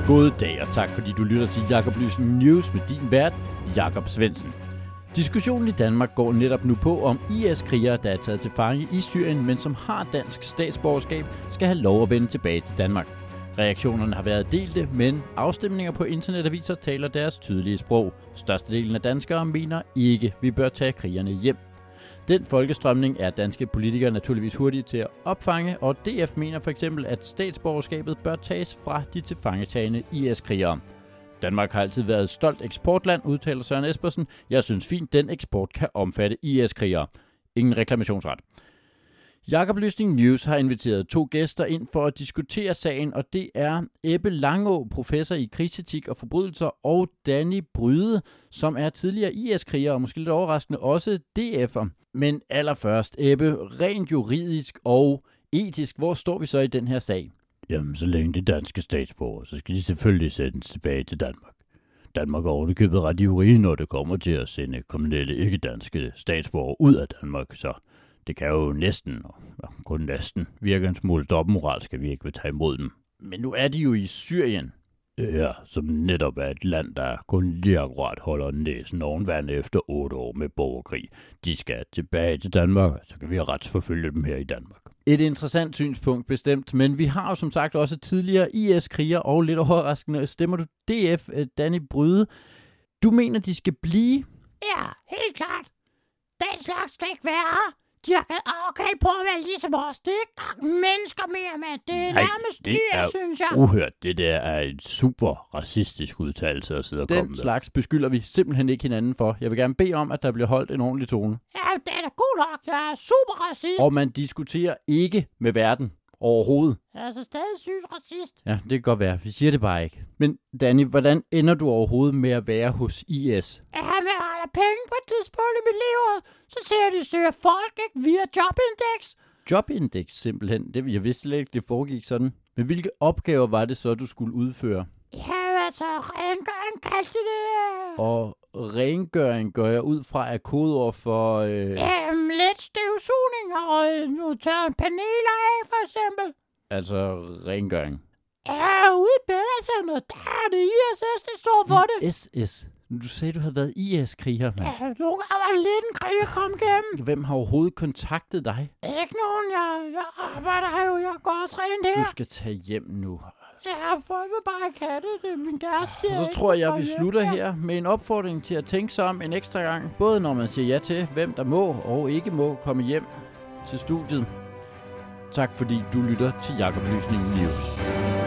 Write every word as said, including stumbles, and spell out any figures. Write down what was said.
God dag og tak fordi du lytter til Jacob Lysning News med din vært, Jacob Svendsen. Diskussionen i Danmark går netop nu på, om I S-krigere, der er taget til fange i Syrien, men som har dansk statsborgerskab, skal have lov at vende tilbage til Danmark. Reaktionerne har været delte, men afstemninger på internetaviser taler deres tydelige sprog. Størstedelen af danskere mener ikke, vi bør tage krigerne hjem. Den folkestrømning er danske politikere naturligvis hurtige til at opfange, og D F mener for eksempel, at statsborgerskabet bør tages fra de tilfangetagende I S-krigere. Danmark har altid været et stolt eksportland, udtaler Søren Espersen. Jeg synes fint, den eksport kan omfatte I S-krigere. Ingen reklamationsret. Jacob Lysning News har inviteret to gæster ind for at diskutere sagen, og det er Ebbe Langå, professor i krigsetik og forbrydelser, og Danny Bryde, som er tidligere I S-kriger og måske lidt overraskende også D F'er. Men allerførst, Ebbe, rent juridisk og etisk, hvor står vi så i den her sag? Jamen, så længe det danske statsborger, så skal de selvfølgelig sendes tilbage til Danmark. Danmark er ovenikøbet ret ivrig, når det kommer til at sende kriminelle ikke-danske statsborgere ud af Danmark, så det kan jo næsten, og kun næsten, virke en smule dobbeltmoralsk, at vi ikke vil tage imod dem. Men nu er de jo i Syrien. Ja, som netop er et land, der kun lige akkurat holder næsen ovenvand efter otte år med borgerkrig. De skal tilbage til Danmark, så kan vi retsforfølge dem her i Danmark. Et interessant synspunkt bestemt, men vi har jo som sagt også tidligere I S-kriger, og lidt overraskende stemmer du D F, Danny Bryde. Du mener, de skal blive? Ja, helt klart. Den slags skal ikke være her. De har okay på at være ligesom os. Det er ikke mennesker mere med. Det er Nej, nærmest det dyr, er synes jeg. uhørt. Det der er en super racistisk udtalelse at sidde og komme Den med. slags beskylder vi simpelthen ikke hinanden for. Jeg vil gerne bede om, at der bliver holdt en ordentlig tone. Ja, det er da god nok. Jeg er super racist. Og man diskuterer ikke med verden overhovedet. Jeg er så stadig sygt racist. Ja, det kan godt være. Vi siger det bare ikke. Men Danny, hvordan ender du overhovedet med at være hos I S? Ja, men jeg har da penge på et tidspunkt i mit liv. Så ser jeg, de søger folk, ikke? Via Jobindex. Jobindex simpelthen. Det, jeg vidste slet ikke, det foregik sådan. Men hvilke opgaver var det så, du skulle udføre? Ja, altså, rengøring kaldte det. Og rengøring gør jeg ud fra af kodeord for... Øh... Jamen, lidt støvsugning og nu tørre paneler af, for eksempel. Altså rengøring. Ja, ude i Bellacenteret, der er det I S S, det står for det. I S S? Du sagde, du havde været I S-kriger, mand. Ja, nogle gange var det lidt en krig at komme igennem. Hvem har overhovedet kontaktet dig? Ikke nogen, jeg, jeg arbejder her jo, jeg går og træner her. Du skal tage hjem nu. Ja, folk vil bare ikke have det, det er min kæreste. Og så tror jeg, vi slutter her med en opfordring til at tænke sig om en ekstra gang. Både når man siger ja til, hvem der må og ikke må komme hjem til studiet. Tak fordi du lytter til Jacob Lysning News.